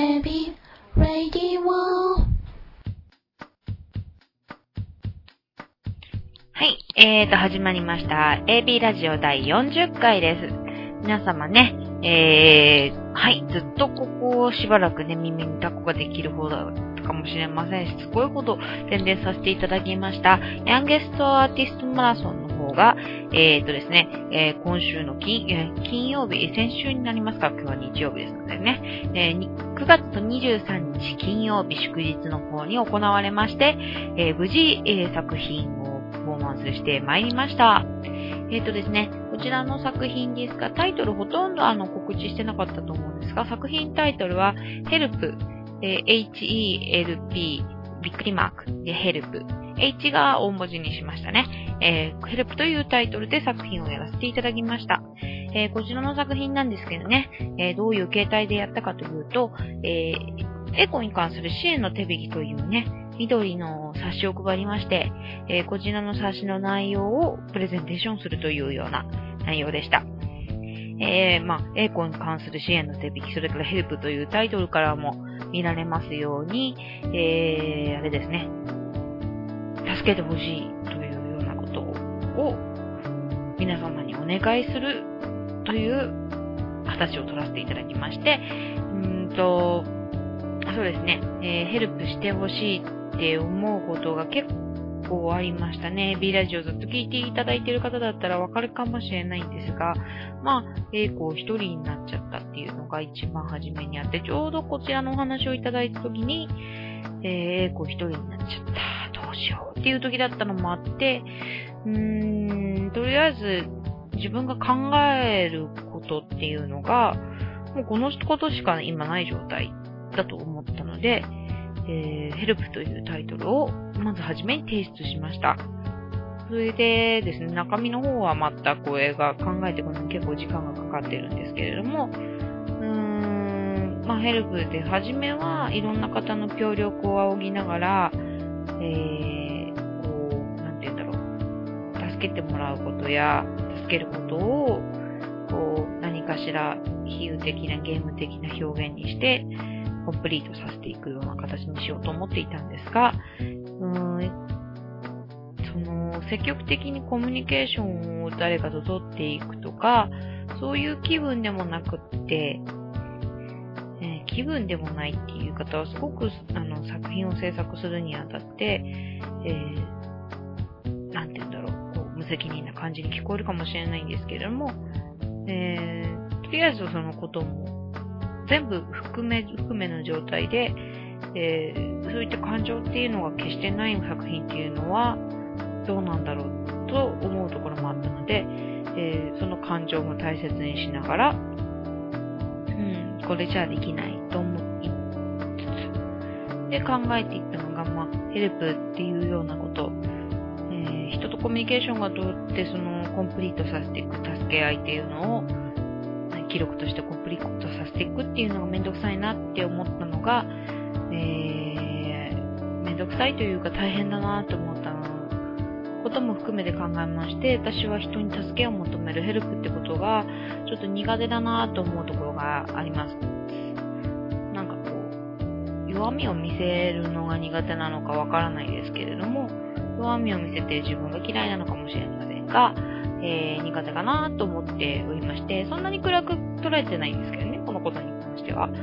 AB Radio。 はい、始まりました。AB ラジオ第40回です。皆様ね、はい、ずっとここしばらくね、耳にタコができる方だったかもしれませんし、すごいこと宣伝させていただきました。ヤンゲストアーティストマラソンの方が、ですね、今週の金曜日、先週になりますか、今日は日曜日ですのでね、9月の23日金曜日祝日の方に行われまして、無事、作品をパフォーマンスしてまいりました。ですね、こちらの作品ですが、タイトルほとんど告知してなかったと思うんですが、作品タイトルは HELP、HELP、びっくりマークで HELP。H が大文字にしましたね。HELP というタイトルで作品をやらせていただきました。こちらの作品なんですけどね、どういう形態でやったかというと、エコに関する支援の手引きというね、緑の冊子を配りまして、こちらの冊子の内容をプレゼンテーションするというような内容でした。エコに関する支援の手引き、それからヘルプというタイトルからも見られますように、あれですね、助けてほしいというようなことを皆様にお願いするという形を取らせていただきまして、そうですね、ヘルプしてほしいって思うことが結構ありましたね。B ラジオずっと聞いていただいている方だったらわかるかもしれないんですが、一人になっちゃったっていうのが一番初めにあって、ちょうどこちらのお話をいただいた時に、一人になっちゃった、どうしようっていう時だったのもあって、とりあえず自分が考えることっていうのが、もうこのことしか今ない状態だと思ったので、ヘルプというタイトルをまずはじめに提出しました。それでですね、中身の方はまたこれが考えていくのに結構時間がかかってるんですけれども、ヘルプではじめはいろんな方の協力を仰ぎながら、助けてもらうことや助けることを何かしら比喩的なゲーム的な表現にしてコンプリートさせていくような形にしようと思っていたんですが、積極的にコミュニケーションを誰かと取っていくとか、そういう気分でもなくって、気分でもないっていう方はすごく作品を制作するにあたって、無責任な感じに聞こえるかもしれないんですけれども、とりあえずそのことも全部含めの状態で、そういった感情っていうのが決してない作品っていうのはどうなんだろうと思うところもあったので、その感情も大切にしながら、これじゃできないと思いつつで考えていったのが、ヘルプっていうようなこと、人とコミュニケーションがどうやってそのコンプリートさせていく、助け合いっていうのを記録としてコンプリートさせていくっていうのがめんどくさいなって思ったのが、めんどくさいというか大変だなと思ったことも含めて考えまして、私は人に助けを求めるヘルプってことがちょっと苦手だなと思うところがあります。弱みを見せるのが苦手なのかわからないですけれども、弱みを見せて自分が嫌いなのかもしれませんが、苦手かなと思っておりまして、そんなに暗く捉えてないんですけどね、このことに関しては。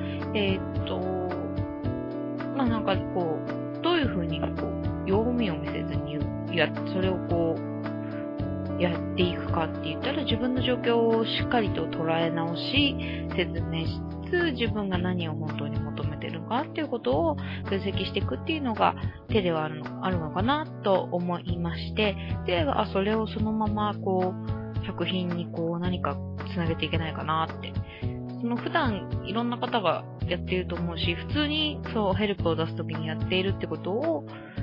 どういう風に弱みを見せずにそれをやっていくかって言ったら、自分の状況をしっかりと捉え直し、説明しつつ、自分が何を本当に求めてるのかっていうことを分析していくっていうのが手ではあるのかなと思いまして、で、それをそのまま作品に何かつなげていけないかなって。普段いろんな方がやっていると思うし、普通にヘルプを出すときにやっているってことを、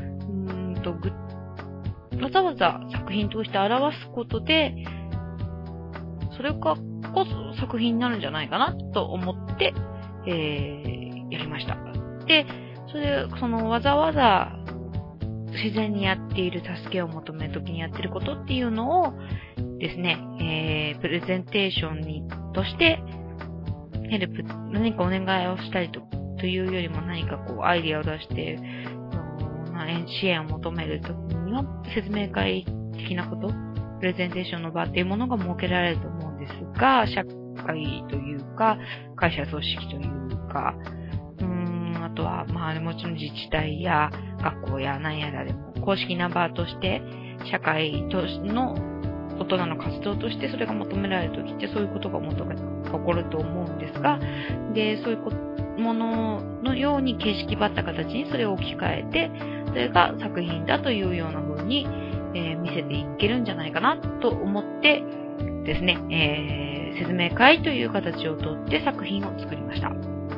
わざわざ作品として表すことで、それがこそ作品になるんじゃないかなと思って、やりました。で、わざわざ自然にやっている助けを求めるときにやっていることっていうのをですね、プレゼンテーションとしてヘルプ、何かお願いをしたりとというよりも何かこうアイディアを出して、支援を求めるときには説明会的なこと、プレゼンテーションの場っていうものが設けられると思うんですが、社会というか、会社組織というか、あとは、もちろん自治体や学校や何やらでも公式な場として、社会との大人の活動としてそれが求められるときってそういうことが起こると思うんですが、で、そういうもののように形式ばった形にそれを置き換えて、それが作品だというような風に、見せていけるんじゃないかなと思ってですね、説明会という形をとって作品を作りました。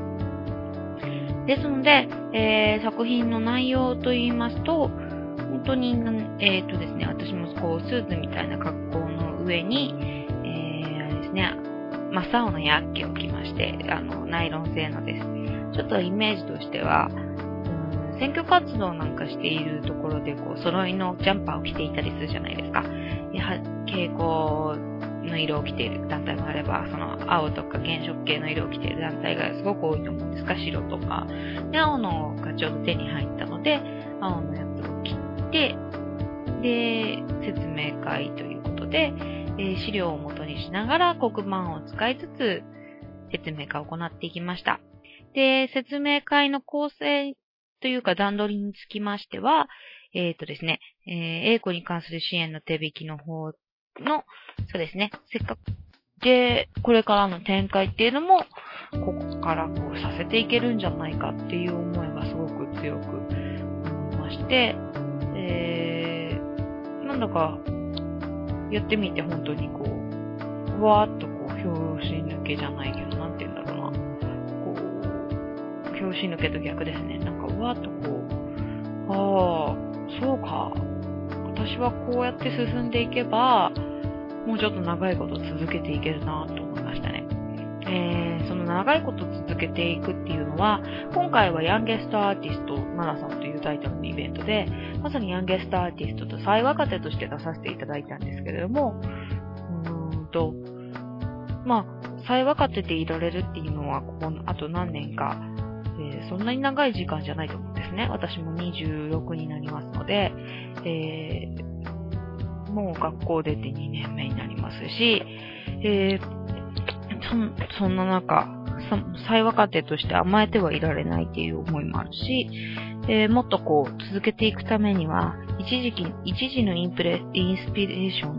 ですので、作品の内容といいますと、本当に、ですね、私もこうスーツみたいな格好の上に、あれですね、真っ青なヤッケを着まして、ナイロン製のです。ちょっとイメージとしては、選挙活動なんかしているところで、こう、揃いのジャンパーを着ていたりするじゃないですか。蛍光の色を着ている団体もあれば、その青とか原色系の色を着ている団体がすごく多いと思うんですが、白とか。で、青のがちょうど手に入ったので、青のやつを着て、で、説明会ということで、資料を元にしながら黒板を使いつつ、説明会を行っていきました。で、説明会の構成というか段取りにつきましては、ですね、英語に関する支援の手引きの方の、そうですね、せっかくで、これからの展開っていうのも、ここからこうさせていけるんじゃないかっていう思いがすごく強く思いまして、なんだか、やってみて本当にこう、わーっとこう、拍子抜けじゃないけど、なんて言うんだろうな。こう、拍子抜けと逆ですね。なんか、わーっとこう、そうか。私はこうやって進んでいけば、もうちょっと長いこと続けていけるなと思いましたね。その長いこと続けていくっていうのは、今回はヤンゲストアーティストマナさんというタイトルのイベントで、まさにヤンゲストアーティストと最若手として出させていただいたんですけれども、最若手でいられるっていうのは、ここのあと何年か、そんなに長い時間じゃないと思うんですね。私も26になりますので、もう学校出て2年目になりますし、そんな中、最若手として甘えてはいられないっていう思いもあるし、もっとこう続けていくためには、一時のインスピレーショ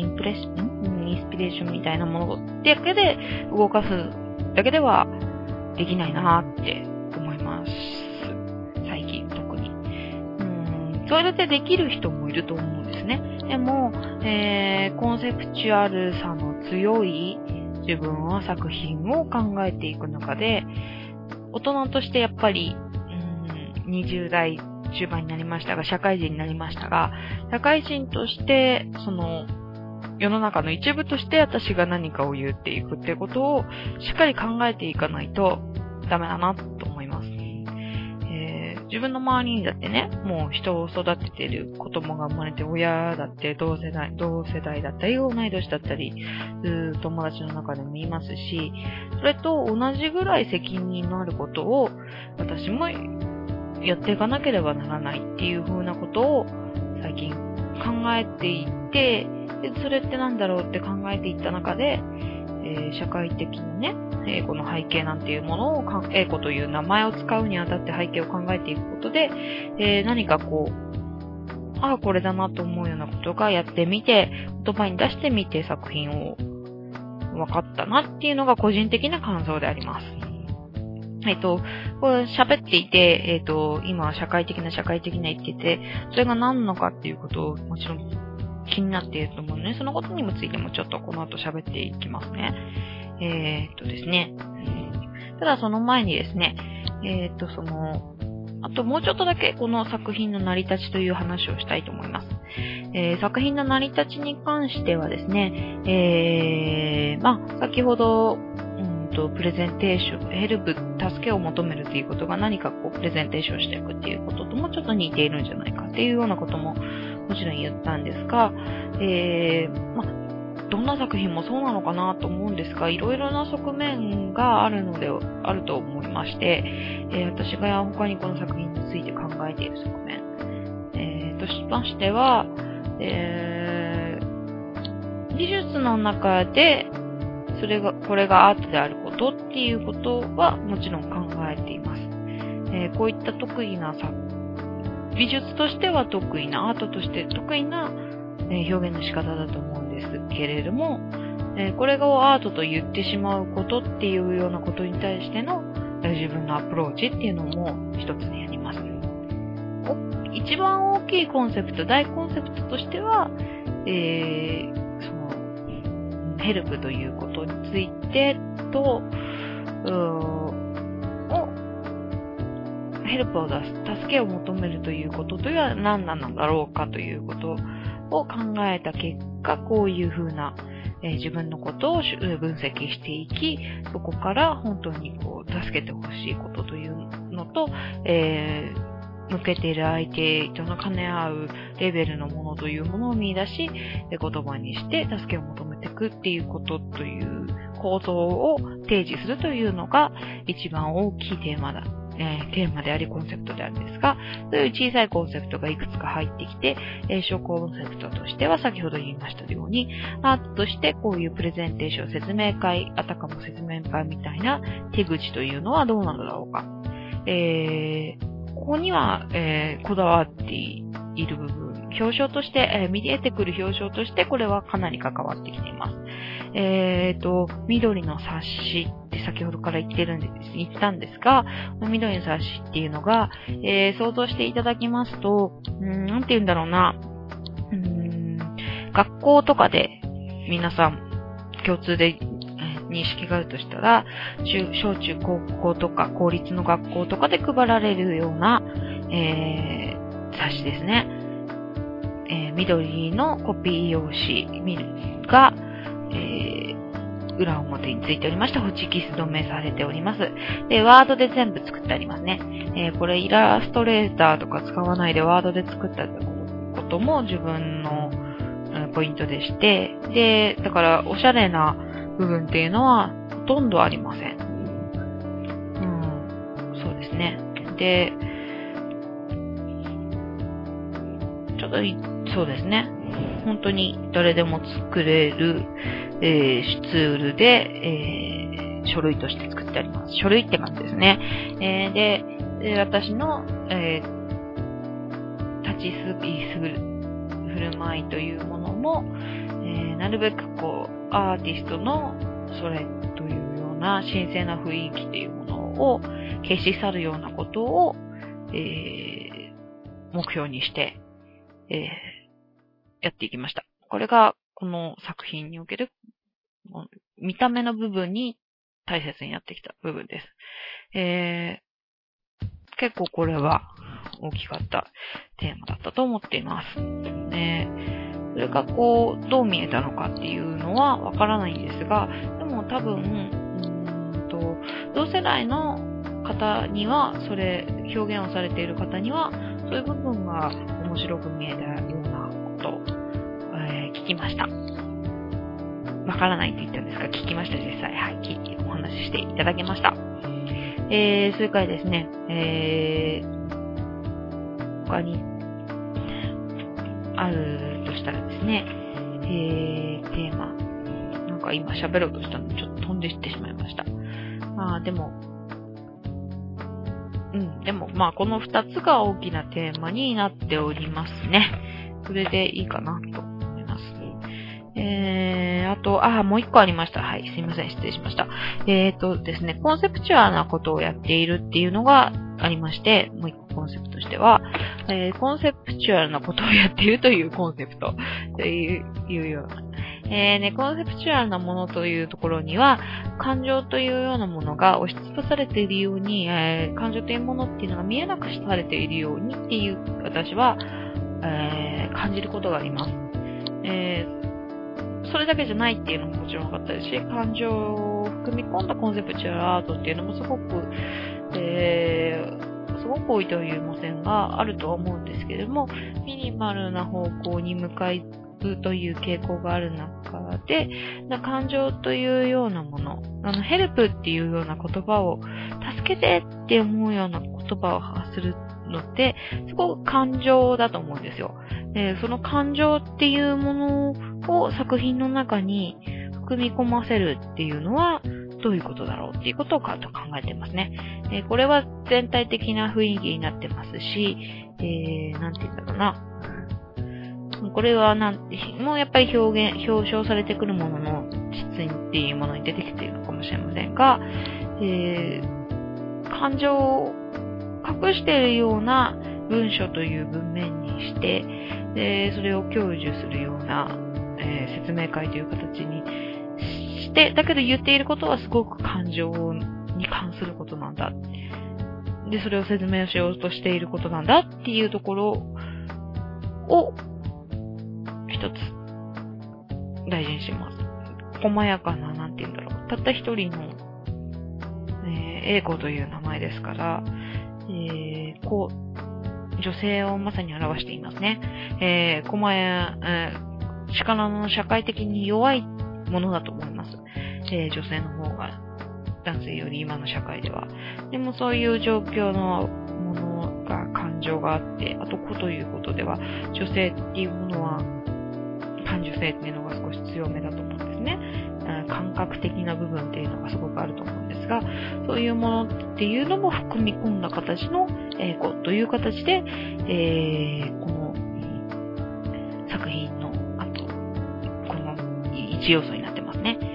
ンみたいなものだけで動かすだけではできないなって思います。最近特に。それでできる人もいると思うんですね。でも、コンセプチュアルさの強い自分は作品を考えていく中で、大人としてやっぱり、20代中盤になりましたが、社会人になりましたが、社会人として、その、世の中の一部として私が何かを言っていくっていうことをしっかり考えていかないとダメだなと思います。自分の周りにだってね、もう人を育てている子供が生まれて、親だって同世代だったり、同い年だったり、友達の中でもいますし、それと同じぐらい責任のあることを私もやっていかなければならないっていう風なことを最近考えていて、でそれってなんだろうって考えていった中で、社会的なね、英語の背景なんていうものを、英語という名前を使うにあたって背景を考えていくことで、何かこう、これだなと思うようなことがやってみて、言葉に出してみて作品を分かったなっていうのが個人的な感想であります。これ喋っていて、今は社会的な言ってて、それが何なのかっていうことをもちろん気になっていると思うので、そのことにもついてもちょっとこの後喋っていきますね。ですね。ただその前にですね、あともうちょっとだけこの作品の成り立ちという話をしたいと思います。作品の成り立ちに関してはですね、先ほど、プレゼンテーション、ヘルプ、助けを求めるということが何かこうプレゼンテーションしていくっていうことともちょっと似ているんじゃないかっていうようなことももちろん言ったんですが、 どんな作品もそうなのかなと思うんですが、いろいろな側面があると思いまして、私が他にこの作品について考えている側面、としましては、技術の中で、これがアートであることっていうことはもちろん考えています。こういった美術としては得意な、アートとして得意な、表現の仕方だと思うんですけれども、これがアートと言ってしまうことっていうようなことに対しての、自分のアプローチっていうのも一つにあります。一番大きいコンセプト、大コンセプトとしては、ヘルプということについてと、ヘルプを出す、助けを求めるということというのは何なのだろうかということを考えた結果、こういうふうな、自分のことを分析していき、そこから本当に助けてほしいことというのと、向けている相手との兼ね合うレベルのものというものを見出し、言葉にして助けを求めていくっていうことという構造を提示するというのが一番大きいテーマでありコンセプトであるんですが、そういう小さいコンセプトがいくつか入ってきて、小コンセプトとしては先ほど言いましたように、アートとしてこういうプレゼンテーション、説明会、あたかも説明会みたいな手口というのはどうなのだろうか。ここには、こだわっている部分、表彰として、見えてくる表彰としてこれはかなり関わってきています。緑の冊子って先ほどから言ったんですが、緑の冊子っていうのが、想像していただきますと、なんて言うんだろうな、学校とかで皆さん共通で認識があるとしたら、小中高校とか公立の学校とかで配られるような、冊子ですね。緑のコピー用紙が、裏表についておりまして、ホチキス止めされております。で、ワードで全部作ってありますね。これイラストレーターとか使わないでワードで作ったことも自分のポイントでして、で、だからおしゃれな部分っていうのはほとんどありません。そうですね。で、ちょっとそうですね。本当に誰でも作れる、ツールで、書類として作ってあります。書類って感じですね。で、私の、立ち振る舞いというものも、なるべくアーティストのそれというような神聖な雰囲気というものを消し去るようなことを、目標にして、やっていきました。これがこの作品における見た目の部分に大切になってきた部分です。結構これは大きかったテーマだったと思っています。それがどう見えたのかっていうのはわからないんですが、でも多分、同世代の方には、表現をされている方には、そういう部分が面白く見えたようなことを、聞きました。わからないって言ったんですが、聞きました、実際。はい、お話ししていただきました。それからですね、他にあるとしたらですね、テーマ。なんか今喋ろうとしたのにちょっと飛んでしてしまいました。でも、この2つが大きなテーマになっておりますね。それでいいかなと思います。あと、もう1個ありました。はい、すいません、失礼しました。ですね、コンセプチュアルなことをやっているっていうのがありまして、もう1個コンセプトとしては、コンセプチュアルなことをやっているというコンセプトというような。コンセプチュアルなものというところには、感情というようなものが押しつぶされているように、感情というものっていうのが見えなくされているようにっていう、私は、感じることがあります。それだけじゃないっていうのももちろん分かったですし、感情を含み込んだコンセプチュアルアートっていうのもすごく多いとは言えませんが、あるとは思うんですけれども、ミニマルな方向に向かうという傾向がある中中で、感情というようなもの、ヘルプっていうような言葉を、助けてって思うような言葉を発するのって、すごく感情だと思うんですよ。その感情っていうものを作品の中に含み込ませるっていうのは、どういうことだろうっていうことを考えてますね。これは全体的な雰囲気になってますし、なんて言うんだろうな。これはもうやっぱり表彰されてくるものの実にっていうものに出てきているのかもしれませんが、感情を隠しているような文章という文面にして、それを享受するような、説明会という形にして、だけど言っていることはすごく感情に関することなんだ。で、それを説明しようとしていることなんだっていうところを一つ大事にします。細やかな、なんて言うんだろう。たった一人の、英子という名前ですから、女性をまさに表していますね。力の社会的に弱いものだと思います。女性の方が男性より今の社会では。でもそういう状況のものが感情があって、あと子ということでは、女性っていうものは感受性っていうのが少し強めだと思うんですね。感覚的な部分っていうのがすごくあると思うんですが、そういうものっていうのも含み込んだ形の英語という形で、この作品のこの一要素になってますね。